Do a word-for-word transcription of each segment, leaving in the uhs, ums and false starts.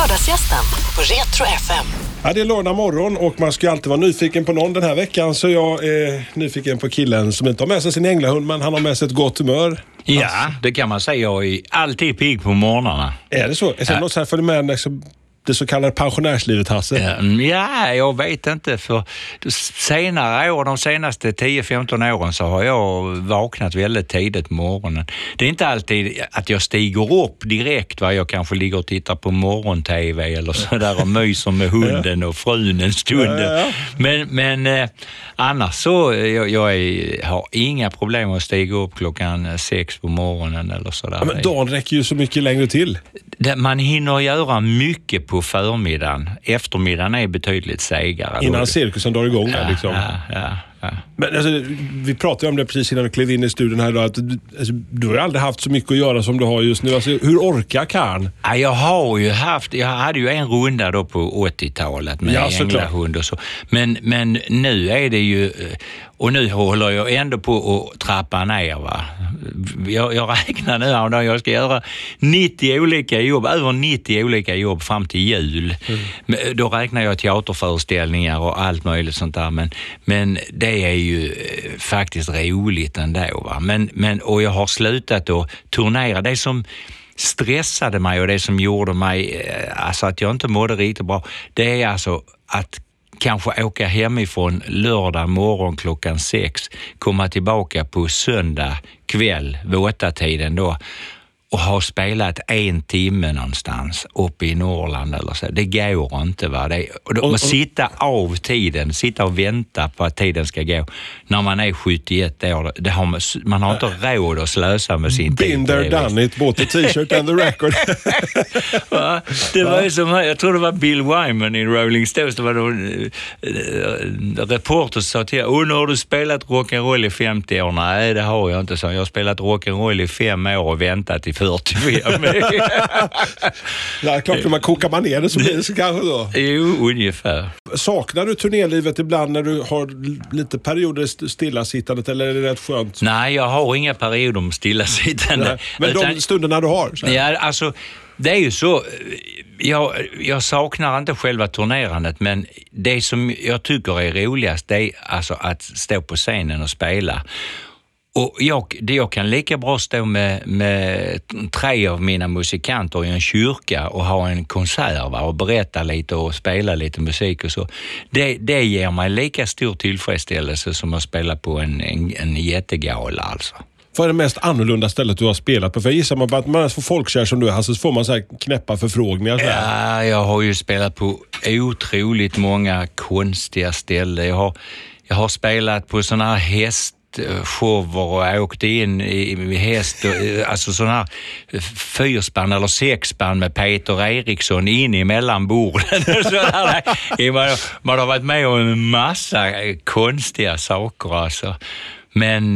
Lördagsgästen på Retro F M. Ja, det är lördag morgon och man ska alltid vara nyfiken på någon den här veckan. Så jag är nyfiken på killen som inte har med sig sin änglahund, men han har med sig ett gott humör. Ja, det kan man säga. Jag är alltid pigg på morgnarna. Är det så? Är det ja. något så här för med liksom, det så kallade pensionärslivet, Hasse? Ja, jag vet inte. För senare år, de senaste tio femton åren så har jag vaknat väldigt tidigt på morgonen. Det är inte alltid att jag stiger upp direkt. Va? Jag kanske ligger och tittar på morgon-tv eller sådär och myser med hunden och frun en stund. Ja, ja, ja. Men, men eh, annars så jag, jag är, har inga problem att stiga upp klockan sex på morgonen eller sådär. Ja, men dagen räcker ju så mycket längre till. Det, man hinner göra mycket på förmiddagen. Eftermiddagen är betydligt segare. Innan cirkusen drar igång. Ja, där, liksom. ja, ja, ja. Men alltså, vi pratade om det precis innan du klev in i studion här idag. Att, alltså, du har ju aldrig haft så mycket att göra som du har just nu. Alltså, hur orkar Karn? Ja, jag har ju haft, jag hade ju en runda då på åttiotalet med ja, änglahund och så. Men, men nu är det ju, och nu håller jag ändå på att trappa ner, va. Jag, jag räknar nu att jag ska göra nittio olika jobb, över nittio olika jobb fram till jul. Mm. Då räknar jag teaterföreställningar och allt möjligt sånt där. Men, men det är ju faktiskt roligt ändå, va. Men, men, och jag har slutat att turnera. Det som stressade mig och det som gjorde mig, alltså att jag inte mådde riktigt bra, det är alltså att kanske åka hemifrån lördag morgon klockan sex, komma tillbaka på söndag kväll, våtatiden då, och ha spelat en timme någonstans uppe i Norrland eller så. Det går inte, va. Det, och då, och, och, sitta av tiden, sitta och vänta på att tiden ska gå när man är sjuttioett år. Det har man, man har inte råd att slösa med sin tid. Been there, done it, bought the t-shirt and the record. Va? Det var ju som, jag tror det var Bill Wyman i Rolling Stones, det var då äh, reporter sa till honom, nu har du spelat rock'n'roll i femtio år. Nej, det har jag inte, så jag har spelat rock'n'roll i fem år och väntat i fyrtiofem. Ja, klart, man kokar man ner det så blir det så kanske då. Jo, ungefär. Saknar du turnélivet ibland när du har lite perioder stillasittandet, eller är det rätt skönt? Nej, jag har inga perioder om stillasittande. Nej, men utan, de stunderna du har? Så. Ja, alltså, det är ju så. Jag, jag saknar inte själva turnerandet, men det som jag tycker är roligast, det är alltså att stå på scenen och spela. Och jag, det jag kan lika bra stå med, med tre av mina musikanter i en kyrka och ha en konsert, va, och berätta lite och spela lite musik och så. Det, det ger mig lika stor tillfredsställelse som att spela på en, en, en jättegala alltså. Vad är det mest annorlunda stället du har spelat på? För jag gissar man på att man är så folkkär som du är, Hasse, så får man så här knäppa förfrågningar. Så här. Ja, jag har ju spelat på otroligt många konstiga ställen. Jag har, jag har spelat på såna här häst shower och åkte in i häst och, alltså sån här fyrspann eller sexspann med Peter Eriksson in i mellanborden. man, man har varit med om en massa konstiga saker alltså. Men,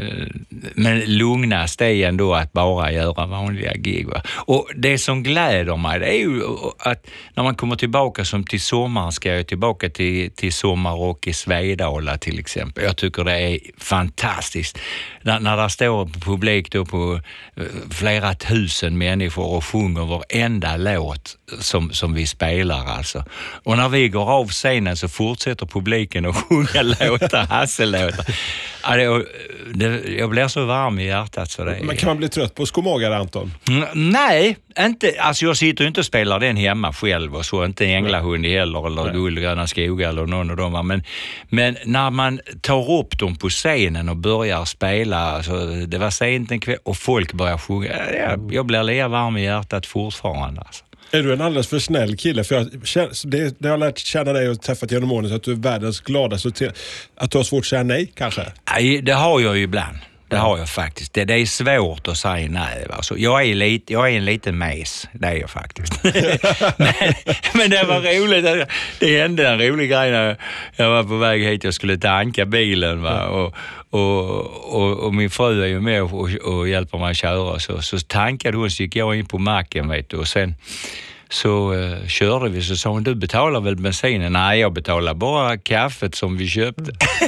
men lugnast är ändå att bara göra vanliga gig. Va? Och det som gläder mig, det är ju att när man kommer tillbaka som till sommaren, ska jag tillbaka till, till sommarrock i Svedala till exempel. Jag tycker det är fantastiskt. När, när det står publik då på flera tusen människor och sjunger varenda låt som, som vi spelar alltså. Och när vi går av scenen så fortsätter publiken att sjunga låtar, Hasse-låtar. Ja, det, det, jag blir så varm i hjärtat så det. Men kan man bli trött på Skomagare, Anton? Mm, nej, inte. Alltså jag sitter ju inte och spelar den hemma själv och så, inte Änglahund heller eller Guldgröna skogar eller någon av dem. Men, men när man tar upp dem på scenen och börjar spela, alltså, det var sent en kväll och folk börjar sjunga, jag, jag blir lika varm i hjärtat fortfarande alltså. Är du en alldeles för snäll kille? För jag, det, det har jag lärt känna dig och träffat genom åren, så att du är världens gladaste. Att du har svårt att säga nej, kanske? Nej, det har jag ju ibland. Det har jag faktiskt. Det, det är svårt att säga nej. Alltså, jag, är lite, jag är en liten mes. Det är jag faktiskt. men, men det var roligt. Det hände en rolig grej när jag var på väg hit. Jag skulle tanka bilen. Va? Och, och, och, och min fru är ju med och, och hjälper mig att köra. Så, så tankade hon, så gick jag in på macken. Vet du, och sen så uh, körde vi, så sa hon, du betalar väl bensinen? Nej, jag betalar bara kaffet som vi köpte.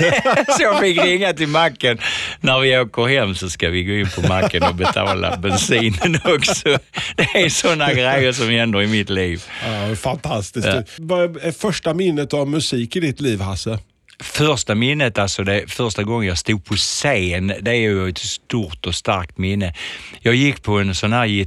Så jag fick ringa till macken. När vi åker hem så ska vi gå in på macken och betala bensinen också. Det är sådana grejer som händer i mitt liv. Ja, fantastiskt. Ja. Vad är första minnet av musik i ditt liv, Hasse? Första minnet, alltså det första gången jag stod på scen, det är ju ett stort och starkt minne. Jag gick på en sån här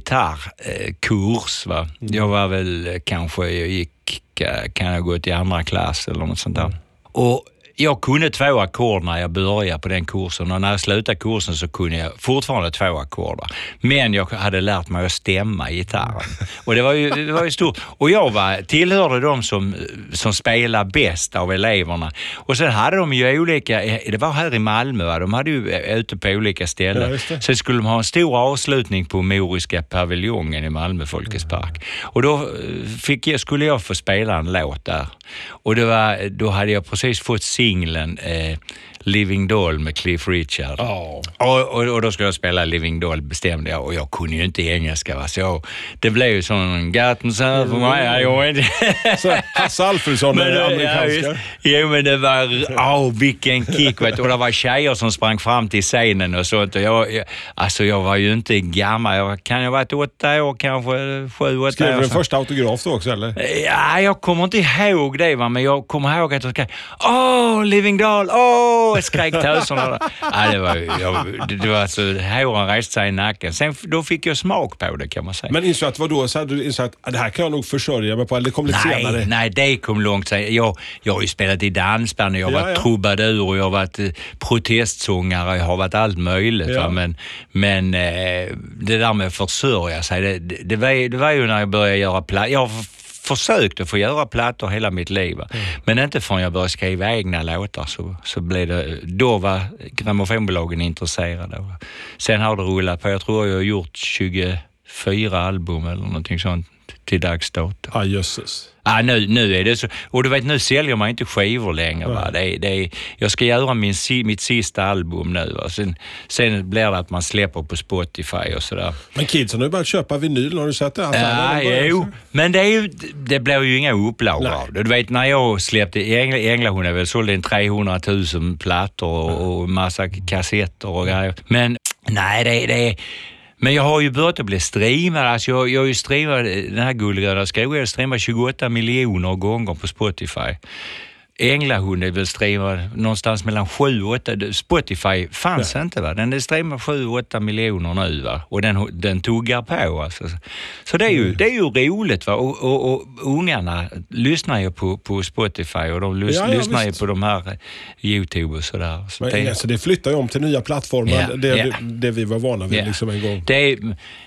gitarrkurs, va. Mm. Jag var väl kanske, jag gick, kan jag gå till andra klass eller något sånt där. Mm. Och jag kunde två ackord när jag började på den kursen, och när jag slutade kursen så kunde jag fortfarande två ackord. Men jag hade lärt mig att stämma gitarren. Och det var ju, det var ju stort. Och jag var, tillhörde de som, som spelar bäst av eleverna. Och sen hade de ju olika, det var här i Malmö, va? De hade ju ute på olika ställen. Ja, sen skulle de ha en stor avslutning på Moriska paviljongen i Malmö Folkets park. Och då fick jag, skulle jag få spela en låt där. Och det var, då hade jag precis fått singeln eh, Living Doll med Cliff Richard. Oh. Och, och, och då skulle jag spela Living Doll, bestämde jag. Och jag kunde ju inte engelska, va? Så det blev ju sån gatten så här för mig. Jag inte. Så Hasse Alfredsson är amerikanska. Ja, jo, men det var, åh, oh, vilken kick, vet du. Och det var tjejer som sprang fram till scenen och sånt. Och jag, jag, alltså jag var ju inte gammal. Jag kan ju ha varit åtta år, kanske sju, åtta år. Skrev du den första autograf då också, eller? Ja, jag kommer inte ihåg det, va? Men jag kommer ihåg att jag skrev, åh, oh, Living Doll, åh, oh, skrek töserna. Ja, det var, jag, det, det var alltså, håren reste sig i nacken. Sen då fick jag smak på det, kan man säga. Men insåg att vad då? Så hade du insåg att det här kan jag nog försörja mig på, eller det kom lite nej, senare? Nej, det kom långt sen. Jag, jag har ju spelat i dansband, jag har ja, varit ja. trubadur och jag har varit eh, protestsångare, jag har varit allt möjligt. Ja. Va? Men, men eh, det där med att försörja sig, det, det, det, var, det var ju när jag började göra plats. Jag försökt att få göra plattor hela mitt liv. Mm. Men inte förrän jag började skriva egna låtar så, så blev det, då var grammofonbolagen intresserade. Sen har det rullat på, jag tror jag har gjort tjugofyra album eller någonting sånt till dags dato. Ja, jösses. Ah, nu, nu är det så. Och du vet, nu säljer man inte skivor längre. Va? Det är, det är, jag ska göra min, mitt sista album nu. Va? Sen, sen blir det att man släpper på Spotify och sådär. Men kidsen har ju börjat köpa vinyl, har du sett det? Ja, jo. Men det, är ju, det blir ju inga upplagor av det. Du vet, när jag släppte Ängla, Änglahund är väl sålde en trehundratusen plattor och, och massa kassetter och grejer. Men nej, det, det är... Men jag har ju börjat att bli streamad. Alltså jag, jag har ju streamat, den här Guldgröna skog, jag streamat tjugoåtta miljoner gånger på Spotify. Änglahund är väl streamad någonstans mellan sju och åtta. Spotify fanns ja. inte, va? Den är streamad sju åtta miljoner nu, va? Och den, den tuggar på, alltså. Så det är ju, mm. det är ju roligt, va? Och, och, och ungarna lyssnar ju på, på Spotify och de lys, ja, ja, lyssnar visst. ju på de här YouTube och sådär. Så men, det, alltså, det flyttar ju om till nya plattformar, ja, det, ja. Det, det vi var vana vid ja. liksom en gång. Det är...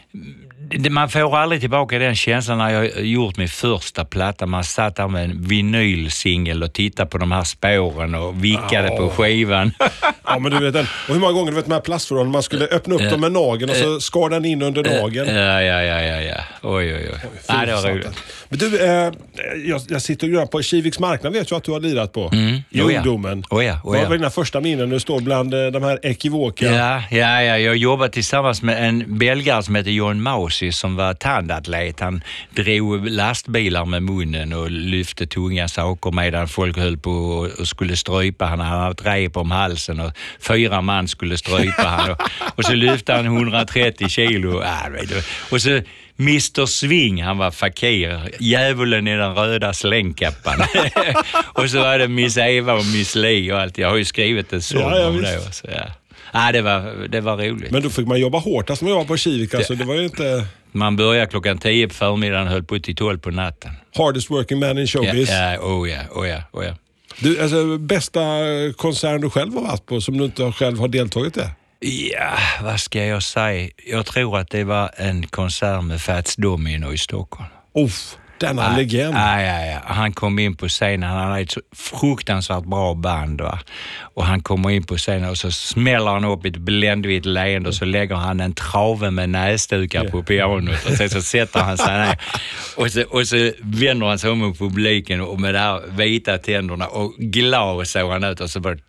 Man får aldrig tillbaka den känslan när jag gjort min första platta. Man satt där med en vinylsingel och tittade på de här spåren och vickade oh. på skivan. Ja, men du vet den. Och hur många gånger, du vet, de här plastförråden, man skulle öppna upp uh, dem med nageln och så skar den in under uh, nageln. Ja, ja, ja, ja, ja. Oj, oj, oj. oj ja, det var roligt. Men du, eh, jag, jag sitter och gör på Kiviks marknad, vet jag att du har lirat på. Mm. I oh, ungdomen. Ja. Oh, ja. Oh, ja. Vad var dina första minnen när du står bland eh, de här ekivoka? Ja, ja, ja. Jag jobbade tillsammans med en belgare som heter John Mausi som var tandatlet. Han drog lastbilar med munnen och lyfte tunga saker medan folk höll på och skulle strypa. Han hade ett rep om halsen och fyra man skulle strypa han. Och, och så lyfte han hundratrettio kilo. Ah, och så mister Swing, han var fakir. Djävulen i den röda slängkappan. Och så var det Miss Eva och Miss Lee och allt. Jag har ju skrivit en sång ja, ja, om det. Så, ja. Ah, det, var, det var roligt. Men då fick man jobba hårt, alltså man var på Kivik. Alltså, det var ju inte... Man började klockan tio på förmiddagen och höll på till tolv på natten. Hardest working man in showbiz. Ja, ja, oh ja, oh ja, oh ja. Du, alltså, bästa konsert du själv har varit på som du inte själv har deltagit i? Ja, vad ska jag säga? Jag tror att det var en konsert med Fats Domino i Stockholm. Uff, denna ah, legend. Ja, ja, ja. Han kom in på scenen, han hade ett så fruktansvärt bra band, va? Och han kommer in på scenen och så smäller han upp ett bländvitt leende och så lägger han en trave med näsdukar på pianot och sen så sätter han sig ner och så, och så vänder han sig om mot publiken och med de här vita tänderna och glad såg han ut och så bara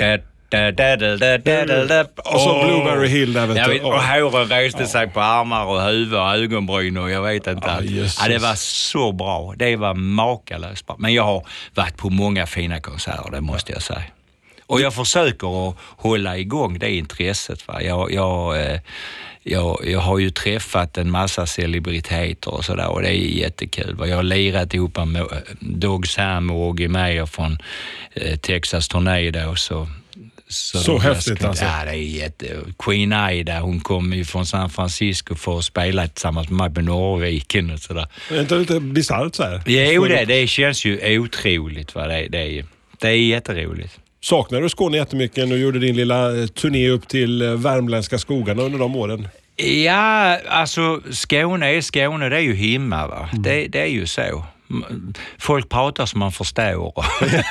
Da, da, da, da, da, da, da. Och så Blueberry Hill där, vet jag du. vet, och håren reste sig på armar och huvud och ögonbryn och jag vet inte. Ah, ja, det var så bra. Det var makalöst bra. Men jag har varit på många fina konserter, det måste jag säga. Och jag försöker att hålla igång det intresset. Va? Jag, jag, eh, jag, jag har ju träffat en massa celebriteter och sådär och det är jättekul. Va? Jag har lirat ihop med Doug Sam och Oggy Mayer från eh, Texas Tornado. Så, så, så häftigt ska, alltså. Ja, det är jätte... Queen Aida, hon kom ju från San Francisco för att spela tillsammans med mig på Norrviken och sådär. Det är inte lite bisarrt så här? Jo, det, det känns ju otroligt. Va? Det, det, är, det är jätteroligt. Saknar du Skåne jättemycket när du gjorde din lilla turné upp till värmländska skogarna under de åren? Ja, alltså Skåne är Skåne, det är ju himma va. Mm. Det, det är ju så. Folk pratar som man förstår.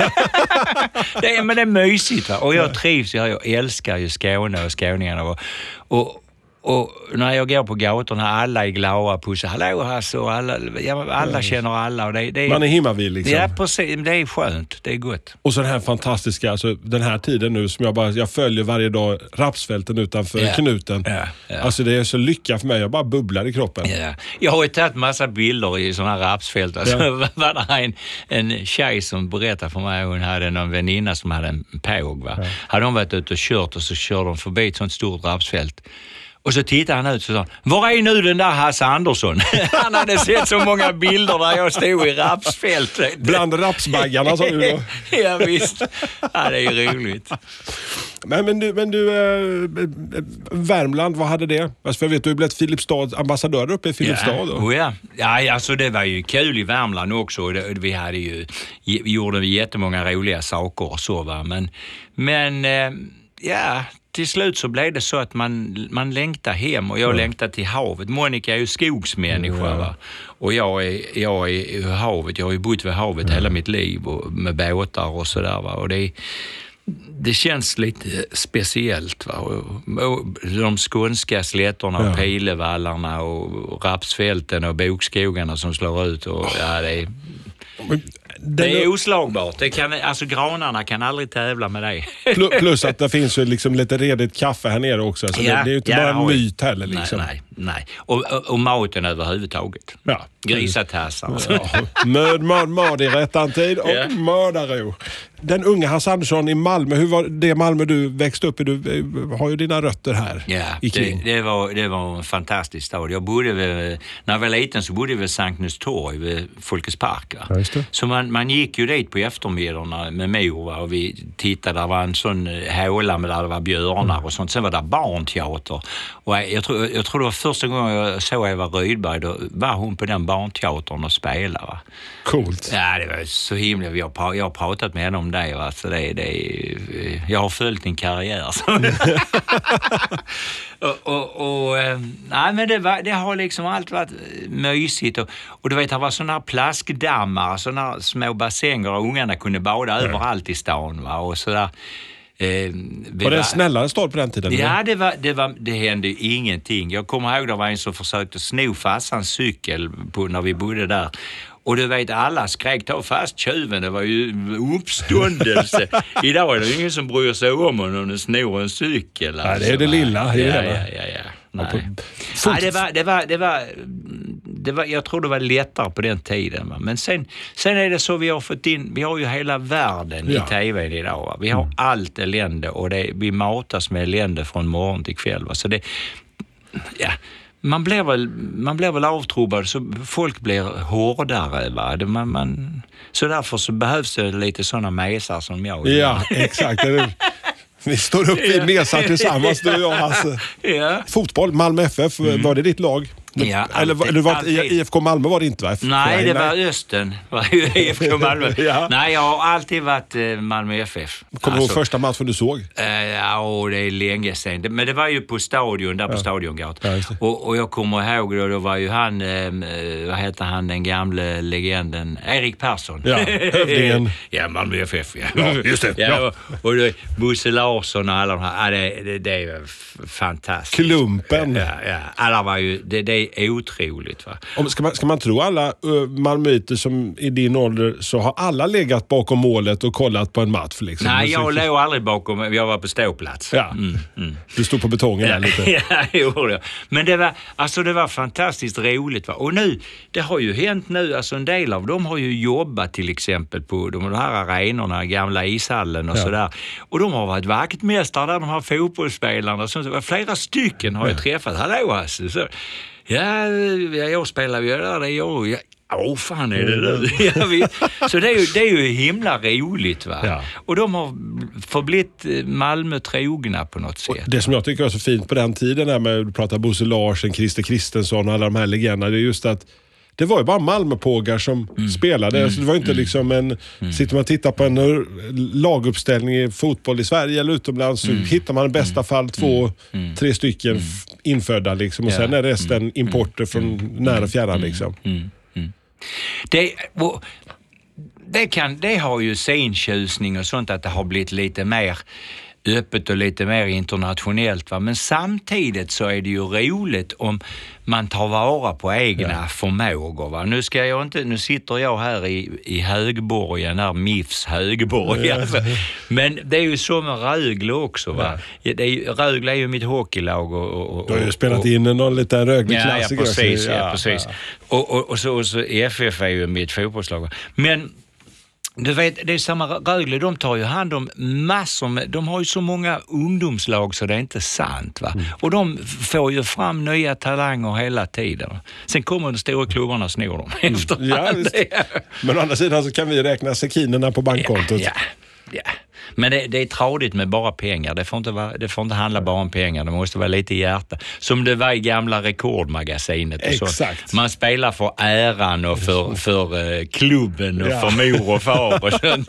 det är, men det är mysigt va. Och jag trivs, jag, jag älskar ju Skåne och skåningarna. Och, och, och när jag går på gatorna, alla är glada, pussar, hallå Hasse, och alla, ja, alla känner alla. Och det, det är, man är himmavill liksom. Ja, precis. Det är skönt, det är gott. Och så den här fantastiska, alltså den här tiden nu som jag bara, jag följer varje dag rapsfälten utanför ja. knuten. Ja, ja. Alltså det är så lycka för mig, jag bara bubblar i kroppen. Ja. Jag har ju tagit massa bilder i sådana här rapsfält. Alltså, ja. var det en, en tjej som berättade för mig, hon hade någon väninna som hade en påg. Va? Ja. Hade de varit ute och kört och så körde de förbi ett sånt stort rapsfält. Och så tittade han ut och sa, var är nu den där Hasse Andersson? Han hade sett så många bilder där jag stod i rapsfältet. Bland rapsbaggarna sa du då? Ja visst, ja, det är ju roligt. Men, men du, men du äh, Värmland, vad hade det? Alltså, för jag vet, du har blivit Filipstad ambassadör uppe i Filipstad. Ja, då. Oh ja. Ja, alltså det var ju kul i Värmland också. Vi hade ju, vi gjorde jättemånga roliga saker och så va. Men, men ja... Till slut så blev det så att man, man längtar hem och jag mm. längtar till havet. Monica är ju skogsmänniska mm. va? Och jag är, jag är havet. Jag har ju bott vid havet mm. hela mitt liv och med båtar och sådär va. Och det, det känns lite speciellt va. Och, och de skånska slätterna och ja. Pilevallarna och rapsfälten och bokskogarna som slår ut och ja det är... Det är oslagbart. Det kan, alltså granarna kan aldrig tävla med dig. Plus att det finns ju liksom lite redigt kaffe här nere också. Så ja, det, det är ju inte ja, bara en myt heller. Liksom. Nej, nej. nej. Och, och, och maten överhuvudtaget. Ja. Grisatassar. Ja. Möd, möd, möd i rättan tid och ja. Mördaro. Den unga Hasse Andersson i Malmö, hur var det Malmö du växte upp i? Du har ju dina rötter här. Ja, i Kling. Det, det, var, det var en fantastisk stad. Jag bodde vid, när jag var liten så bodde jag vid Sankt Knuts torg vid Folkets park. Va? Ja, så man, man gick ju dit på eftermiddagarna med mor va? Och vi tittade, där var en sån håla med där det var björnar mm. och sånt. Sen var det barnteater. Och jag, tror, jag tror det var första gången jag såg Eva Rydberg, då var hon på den barnteatern och spelade. Va? Coolt. Ja, det var så himla. Jag har, jag har pratat med henne om det. Va? Så det, det, jag har följt din karriär. och, och, och, nej, men det, var, det har liksom allt varit mysigt. Och, och du vet, det var sådana plaskdammar, sådana små bassänger och ungarna kunde bada mm. överallt i stan. Va? Och sådär. Eh, var det en snällare stad på den tiden? Ja, det, var, det, var, det hände ingenting. Jag kommer ihåg det var en som försökte sno farsans cykel på, när vi bodde där. Och du vet, alla skrek, ta fast tjuven, det var ju uppståndelse. Idag är det ingen som bryr sig om om den snor en cykel. Ja, det är det lilla. Ja, ja, ja, ja. Nej. Nej, det var, det var, det var, det var, jag tror det var lättare på den tiden. Va? Men sen, sen är det så vi har fått in, vi har ju hela världen ja. I tv idag. Va? Vi har mm. allt elände och det, vi matas med elände från morgon till kväll. Va? Så det, ja... Man blir väl, man blir väl avtrubbad så folk blir hårdare. Va? Det, man, man, så därför så behövs det lite sådana mesar som jag. Ja, exakt. Vi står upp i mesar tillsammans, du och jag. Alltså. Ja. Fotboll, Malmö F F, mm. var det ditt lag? Ja, alltid, eller var, det var alltid. I F K Malmö var det inte, va? Nej, nej det var nej. Östen. I F K Malmö. Ja. Nej, jag har alltid varit Malmö F F. Kommer alltså, du ihåg första matchen du såg? Äh, ja, det är länge sedan. Men det var ju på stadion, där ja. På Stadiongatan. Ja, och, och jag kommer ihåg då, då var ju han, eh, vad heter han, den gamla legenden, Erik Persson. Ja, hövdingen. Ja, Malmö F F. Ja, ja just det. Ja, ja. Och, och då, Bosse Larsson och alla de här, ja, det, det, det är ju fantastiskt. Klumpen. Ja, ja. Alla var ju, det, det är otroligt. Va? Om, ska, man, ska man tro alla uh, malmöiter som i din ålder, så har alla legat bakom målet och kollat på en match? Liksom. Nej, jag låg aldrig bakom, jag var på ståplats. Ja. Mm, mm. Du stod på betongen där lite. Ja, det gjorde jag. Men det var, alltså det var fantastiskt roligt. Va? Och nu, det har ju hänt nu, alltså en del av dem har ju jobbat till exempel på de här arenorna, gamla ishallen och ja. sådär. Och de har varit vaktmästare där, de här fotbollsspelarna. Så flera stycken har jag träffat. Hallå alltså. Så, ja, jag spelar ju där, det är jag. Ja. Åh, fan är det nu? Så det är, ju, det är ju himla roligt, va? Ja. Och de har förblivit Malmö trogna på något sätt. Och det som jag tycker var så fint på den tiden där med att prata Bosse Larsen, Christer Kristensson och alla de här legenderna, det är just att det var ju bara Malmöpågar som mm. spelade. Mm. Så det var inte mm. liksom en... Mm. Sitter man och tittar på en laguppställning i fotboll i Sverige eller utomlands så mm. hittar man i bästa mm. fall två, mm. tre stycken mm. infödda liksom. Och ja. sen är resten mm. importer från mm. nära och fjärran liksom. Mm. Mm. Det, det, kan, det har ju sin tjusning och sånt att det har blivit lite mer öppet och lite mer internationellt. Va? Men samtidigt så är det ju roligt om man tar vara på egna ja. förmågor. Va? Nu, ska jag inte, nu sitter jag här i, i Högborgen, där M I Fs Högborg. Ja. Alltså. Men det är ju så med Rögle också. Va? Ja. Det är, Rögle är ju mitt hockeylag. Och, och, och, du har ju spelat och, in någon liten Rögle-klassiker. Ja, ja, precis. Ja, ja, precis. Ja. Och, och, och, så, och så F F är ju mitt fotbollslag. Men du vet, det är samma Rögle, de tar ju hand om massor med, de har ju så många ungdomslag så det är inte sant, va? Mm. Och de får ju fram nya talanger hela tiden. Sen kommer de stora klubbarna och snor dem mm. efter ja, men å andra sidan så kan vi räkna sekinerna på bankkontot. Ja, ja, ja. Men det, det är tradigt med bara pengar. Det får, inte vara, det får inte handla bara om pengar. Det måste vara lite hjärta. Som det var i gamla Rekordmagasinet. Och exakt. Så. Man spelar för äran och för, för uh, klubben och ja. för mor och far och sånt.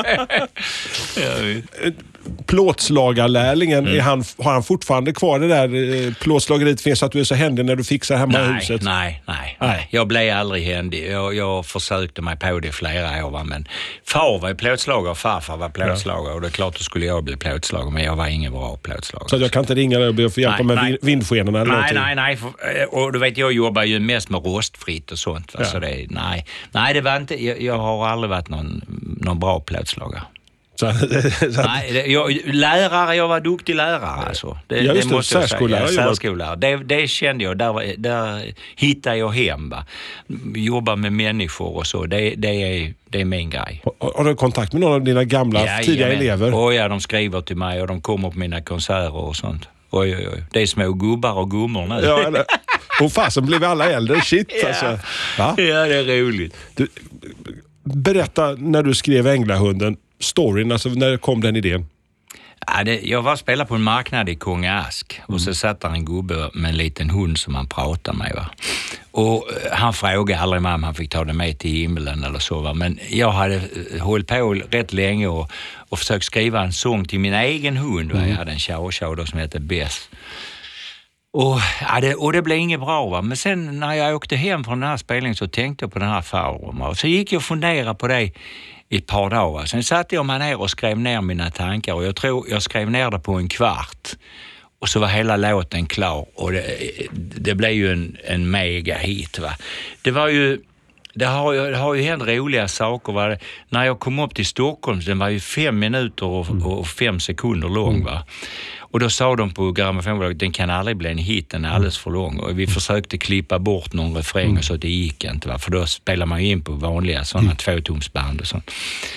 Ja, plåtslagarlärlingen, mm. är han, har han fortfarande kvar det där eh, plåtslageriet finns så att du är så händig när du fixar hemma nej, i huset? Nej, nej, nej. Jag blev aldrig händig. Jag, jag försökte mig på det i flera år. Va? Men far var plåtslagare och farfar var plåtslagare. Ja. Och det är klart att skulle jag bli plåtslagare, men jag var ingen bra plåtslagare. Så jag kan inte ringa dig och be att få hjälpa nej, med nej. vindskenorna eller nej, någonting? Nej, nej, nej. Och du vet, jag jobbar ju mest med rostfritt och sånt. Va? Ja. Så det, nej. nej, det var inte, jag, jag har aldrig varit någon, någon bra plåtslagare. Så, så. Nej, det, jag, lärare, jag var duktig lärare alltså. Det, ja, just det måste det, särskollärare. Ja, särskollärare. Det, det kände jag, där, där hittade jag hem. Va? Jobba med människor och så, det, det, är, det är min grej. Har, har du kontakt med någon av dina gamla ja, tidiga ja, elever? Oh, ja, de skriver till mig och de kommer på mina konserter och sånt. Oj, oj, oj. Det är små gubbar och gummor nu. Ja, det, och fasen blev alla äldre. Shit, ja. alltså. Ja, ja det är roligt. Du, berätta när du skrev Änglahunden. Storyn, alltså när kom den idén? Ja, det, jag var spelade på en marknad i Kungask och mm. så satt där en gubbe med en liten hund som han pratade med. Va? Och han frågade aldrig mig om han fick ta det med till himlen eller så. Va? Men jag hade hållit på rätt länge och, och försökt skriva en sång till min egen hund. Va? Jag hade en chow-chow som heter Bess. Och, ja, det, och det blev inget bra, va? Men sen när jag åkte hem från den här spelningen så tänkte jag på den här farmen. Och så gick jag och funderade på det i ett par dagar. Sen satte jag mig ner och skrev ner mina tankar och jag tror jag skrev ner det på en kvart. Och så var hela låten klar och det, det blev ju en, en mega hit, va. Det var ju Det har, ju, det har ju hänt roliga saker. Va? När jag kom upp till Stockholm, den var ju fem minuter och, mm. och fem sekunder lång. Va? Och då sa de på grammofonbolaget, den kan aldrig bli en hit, den är alldeles för lång. Och vi försökte klippa bort någon refräng och så att det gick inte. Va? För då spelar man ju in på vanliga sådana mm. tvåtomsband och sånt.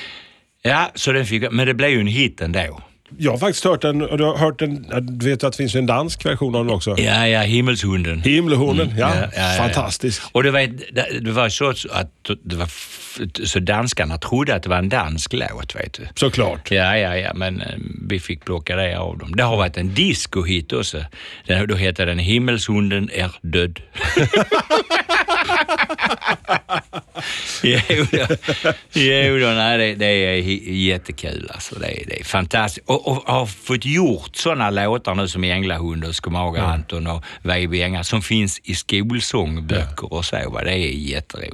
Ja, så den fick, men det blev ju en hit ändå. Jag har faktiskt hört en, och du har hört en, du vet att det finns en dansk version av den också. Ja, ja, Himmelshunden. Himmelhunden, mm, ja, ja, ja, fantastiskt. Ja. Och det var, det, det var så att det var, så danskarna trodde att det var en dansk låt, vet du. Såklart. Ja, ja, ja, men vi fick plocka det av dem. Det har varit en disco-hit också. Den, då heter den Himmelshunden är död. Jo då, jo då nej, det, det är jättekul alltså, det är, det är fantastiskt och, och har fått gjort sådana låtar nu som Änglahund och Skomaga Anton och V B Ängar som finns i skolsångböcker ja. Och så, va? Det är jätteroligt.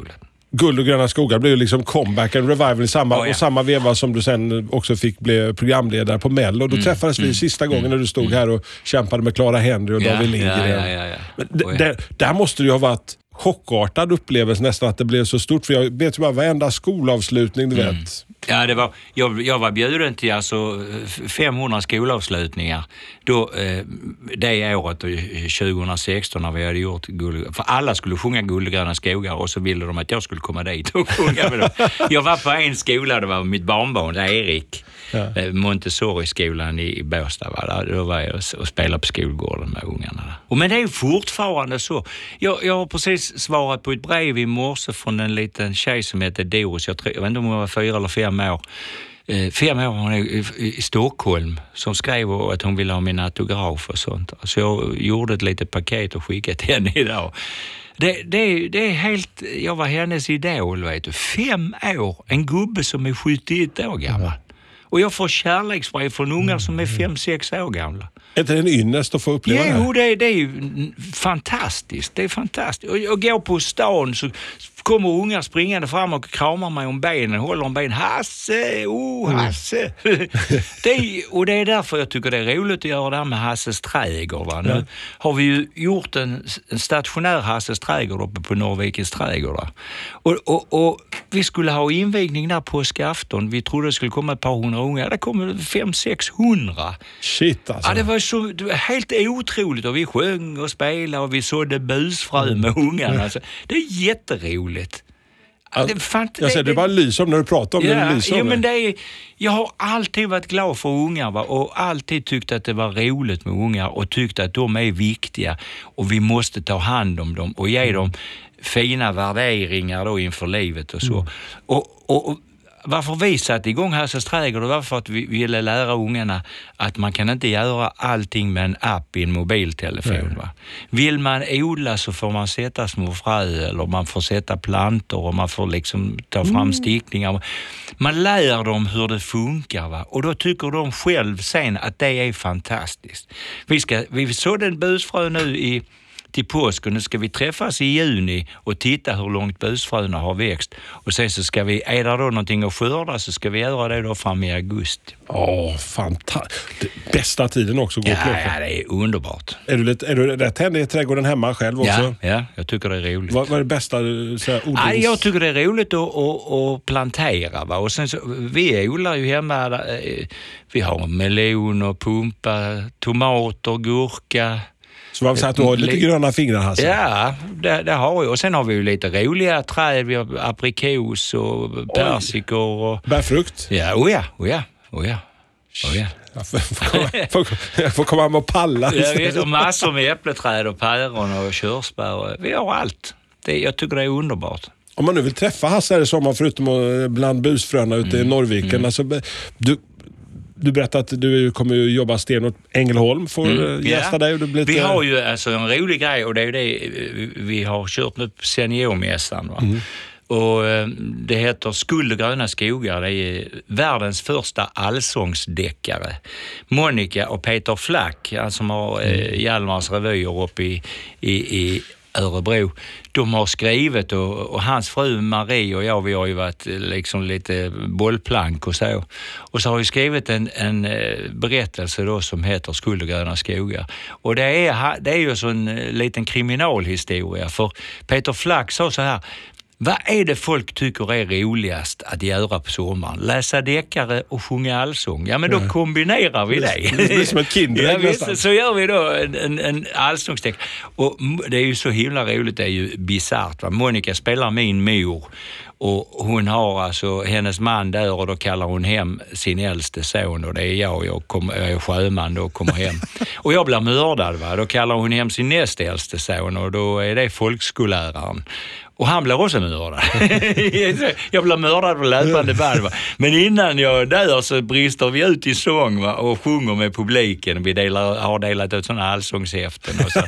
Guld och gröna skogar blev ju liksom comeback and revival i samma, oh, ja. och samma veva som du sen också fick bli programledare på Mello. Och då mm. träffades mm. vi sista gången när du stod mm. här och kämpade med Clara Henry och ja, David Lindgren. Ja, ja, ja, ja. D- oh, ja. Där, där måste det ju ha varit chockartad upplevelse nästan att det blev så stort. För jag vet ju bara varenda skolavslutning, du mm. vet. Ja, det var, jag, jag var bjuden till alltså femhundra skolavslutningar. Då, eh, det året, tjugohundrasexton, när vi hade gjort guld, för alla skulle sjunga Guld och gröna skogar och så ville de att jag skulle komma dit och sjunga med dem. Jag var på en skola, det var mitt barnbarn, där Erik, ja. eh, Montessori-skolan i, i Båstad. Va? Där, då var jag och, och spelade på skolgården med ungarna. Där. Och, men det är ju fortfarande så. Jag, jag har precis svarat på ett brev i morse från en liten tjej som heter Doris. Jag, tror, jag vet inte om hon var fyra eller fem år. Eh, fem år var hon i, i, i Stockholm som skrev att hon ville ha min autograf och sånt. Så jag gjorde ett litet paket och skickade till henne idag. Det, det, det är helt... Jag var hennes idol, vet du. Fem år. En gubbe som är sjuttioett år gammal. Och jag får kärleksbrev från ungar som är fem sex år gamla. Är det en ynnest att få uppleva det här? Jo, det, det är ju fantastiskt. Det är fantastiskt. Och jag går på stan så kommer ungar springande fram och kramar mig om benen, håller om benen. Hasse, oh Hasse. Mm. det är, och det är därför jag tycker det är roligt att göra det här med Hasses trädgård. Va? Nu ja. har vi ju gjort en, en stationär Hasses trädgård uppe på Norrvikens trädgård. Och, och, och vi skulle ha invigning där på påskafton. Vi trodde det skulle komma ett par hundra ungar. Det kom fem, sex hundra. Shit alltså. Ja, det var så det var helt otroligt. Och vi sjöng och spelade och vi sådde busfrö med ungarna. Alltså, det är jätteroligt. Ja, det, fan, jag säger, det, det bara lyser om när du pratar om ja, det. Lyser ja, om men det. det är, jag har alltid varit glad för ungar, va? Och alltid tyckt att det var roligt med ungar och tyckt att de är viktiga och vi måste ta hand om dem och ge dem fina värderingar då inför livet och så. Mm. Och, och, och varför vi satte igång Hasses trädgård, det var för att vi ville lära ungarna att man kan inte göra allting med en app i en mobiltelefon. Va? Vill man odla så får man sätta små frö eller man får sätta plantor och man får liksom ta fram mm. stickningar. Man lär dem hur det funkar, va? Och då tycker de själv sen att det är fantastiskt. Vi, ska, vi sådde en busfrö nu i till påsk och nu ska vi träffas i juni och titta hur långt busfröna har växt. Och sen så ska vi, är det då någonting att skörda så ska vi göra det då fram i augusti. Åh, fantastiskt. Bästa tiden också. Gå ja, ja, det är underbart. Är du, lite, är du rätt händig i trädgården hemma själv också? Ja, ja jag tycker det är roligt. Vad, vad är det bästa så här, odlings... ja, jag tycker det är roligt att, att, att plantera. Va? Och sen så, vi odlar ju hemma, vi har melon och pumpa, tomater, gurka. Så man vill säga att du har lite gröna fingrar här. Ja, det, det har vi. Och sen har vi ju lite roliga träd. Vi har aprikos och persikor. Och... bärfrukt? Ja, oh ja, oh ja, oh ja. Oh ja. Jag får, får, komma, får, får komma hem och palla. Ja, vi har massor med äppleträd och päron och körsbär. Vi har allt. Det, jag tycker det är underbart. Om man nu vill träffa Hasse här i sommar förutom att bland busfröna ute mm. i Norrviken. Mm. Alltså, du... Du berättade att du kommer ju jobba stenåt Ängelholm för mm, gästa ja. dig. Och du blir vi lite... har ju alltså en rolig grej och det är ju det vi har kört nu på seniormässan. Va? Mm. Och det heter Skuld och gröna skogar. Det är världens första allsångsdeckare. Monica och Peter Flack, som har mm. Hjalmars revyer uppe i, i, i Örebro. De har skrivit och, och hans fru Marie och jag, vi har ju varit liksom lite bollplank och så. Och så har vi skrivit en, en berättelse då som heter Skuld och gröna skogar. Och det är, det är ju så en liten kriminalhistoria. För Peter Flack sa så här: vad är det folk tycker är roligast att göra på sommaren? Läsa deckare och sjunga allsång. Ja, men då kombinerar vi det. Det blir som ett kinderägg ja, visst, så gör vi då en, en, en allsångsdeckare. Och det är ju så himla roligt, det är ju bizarrt. Va? Monica spelar min mor. Och hon har alltså hennes man där och då kallar hon hem sin äldste son och det är jag, jag, kom, jag är sjöman då och kommer hem. Och jag blir mördad, va? Då kallar hon hem sin näst äldste son och då är det folkskolläraren. Och han blir också mördad. Jag blir mördad på löpande band. Va? Men innan jag dör så brister vi ut i sång, va? Och sjunger med publiken. Vi delar, har delat ut sådana allsångshäften. Och, så.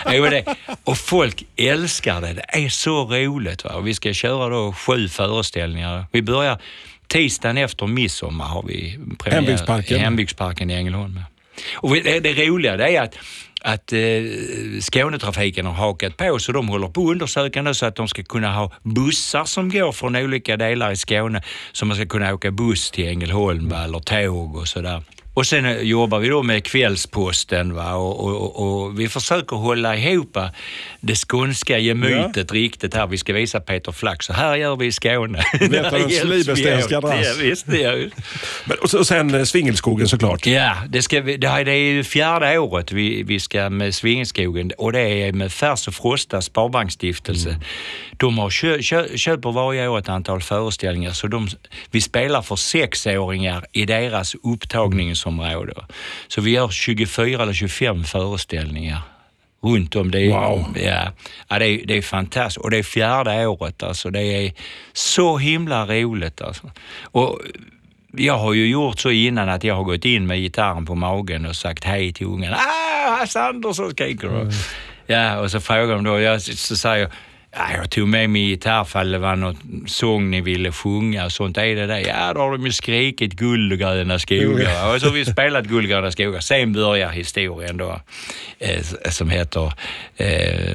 Och folk älskar det. Det är så roligt. Va? Och vi ska köra då sju föreställningar. Vi börjar tisdagen efter midsommar har vi premiär. Hembygdsparken. Hembygdsparken i Ängelholm. Och det, det roliga det är att att eh, Skånetrafiken har hakat på, så de håller på att undersöka nu så att de ska kunna ha bussar som går från olika delar i Skåne, så man ska kunna åka buss till Ängelholm eller tåg och sådär. Och sen jobbar vi då med Kvällsposten, va? Och, och, och vi försöker hålla ihop det skånska gemytet ja. riktigt här. Vi ska visa Peter Flack, så här gör vi i Skåne. Vet du en slibestenska dras? Visst, det är Men och, och sen Svingelskogen såklart. Ja, det, ska vi, det är ju fjärde året vi, vi ska med Svingelskogen, och det är med Färs och Frosta Sparbanksstiftelse. Mm. De har kö, kö, köper varje år ett antal föreställningar, så de, vi spelar för sexåringar i deras upptagningsområde. Så vi gör tjugofyra eller tjugofem föreställningar runt om det. Wow. Ja, ja det, är, det är fantastiskt. Och det är fjärde året. Alltså. Det är så himla roligt. Alltså. Och jag har ju gjort så innan att jag har gått in med gitarren på magen och sagt hej till ungarna. Ah, Hasse Andersson skriker då. Mm. Ja, och så frågar de då, jag, så säger jag, ja, jag tog med min gitarr för det var något sång ni ville sjunga och sånt. Är det där? Ja, då har de ju skrikit Guld och gröna skogar. Mm. Och så har vi spelat Guld och gröna skogar. Sen börjar historien då eh, som heter eh,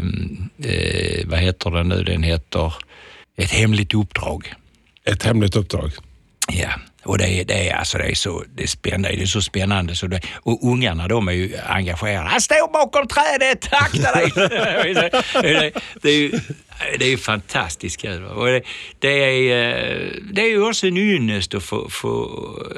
eh, vad heter den nu? Den heter Ett hemligt uppdrag. Ett hemligt uppdrag. Ja. Och det är, det är, alltså det är, så, det är, spännande, det är så spännande. Så det, och ungarna, de är ju engagerade. Han står bakom trädet, akta dig! det, det, det är ju det är fantastiskt. Och det, det, är, det är ju också en ynnest att få, få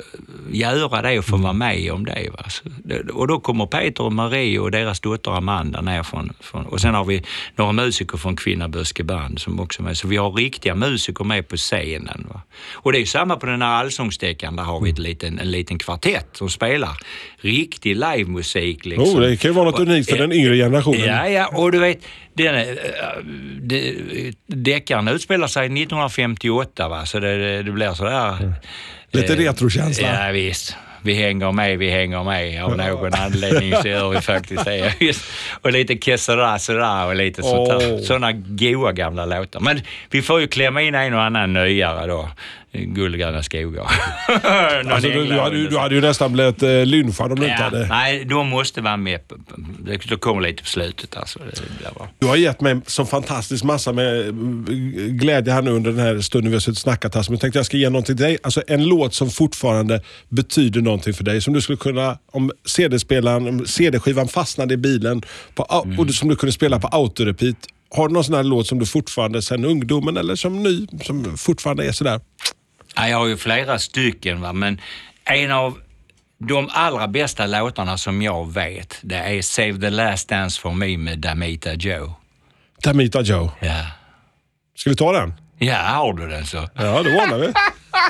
göra det och få vara med om det. Va? Så det. Och då kommer Peter och Marie och deras dotter Amanda ner från, från och sen har vi några musiker från Kvinnaböske band som också är med. Så vi har riktiga musiker med på scenen. Va? Och det är ju samma på den här allsångsdäckan. Där har vi ett liten, en liten kvartett som spelar riktig livemusik. Liksom. Oh, det kan ju vara något unikt för den yngre generationen. Ja, ja, och du vet, den, det, Deckaren utspelar sig nittonhundrafemtioåtta, va? Så det, det blir sådär. Mm. Lite retrokänsla. Ja, visst. Vi hänger med, vi hänger med. Av någon anledning så gör vi faktiskt det. Just. Och lite Kessera, sådär och lite sånt där. Oh. Sådana goa gamla låtar. Men vi får ju klämma in en och annan nyare då. Guldgröna skogar. Alltså, du, du, hade, du hade ju nästan blivit eh, lynchad om du ja, inte hade... Nej, de måste vara med. På, det kommer lite på slutet. Alltså. Det var... Du har gett mig så fantastisk massa med glädje här nu under den här stunden vi har suttit och snackat här. Så jag tänkte jag ska ge någonting till dig. Alltså en låt som fortfarande betyder någonting för dig. Som du skulle kunna, om C D-spelaren, om C D-skivan fastnade i bilen på, mm. och som du kunde spela på autorepeat. Har du någon sån här låt som du fortfarande sen ungdomen eller som ny, som fortfarande är sådär? Ja, jag har ju flera stycken, va? Men en av de allra bästa låtarna som jag vet, det är Save the Last Dance for Me med Damita Joe. Damita Joe? Ja. Ska vi ta den? Ja, har du den så? Ja, det ordnar vi.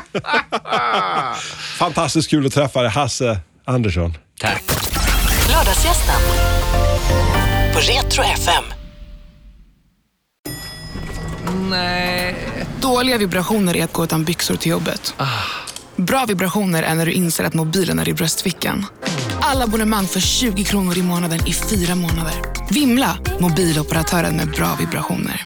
Fantastiskt kul att träffa dig, Hasse Andersson. Tack. Lördagsgästen på Retro F M. Nej. Dåliga vibrationer är att gå utan byxor till jobbet. Ah. Bra vibrationer är när du inser att mobilen är i bröstfickan. Alla abonnemang för tjugo kronor i månaden i fyra månader. Vimla, mobiloperatören med bra vibrationer.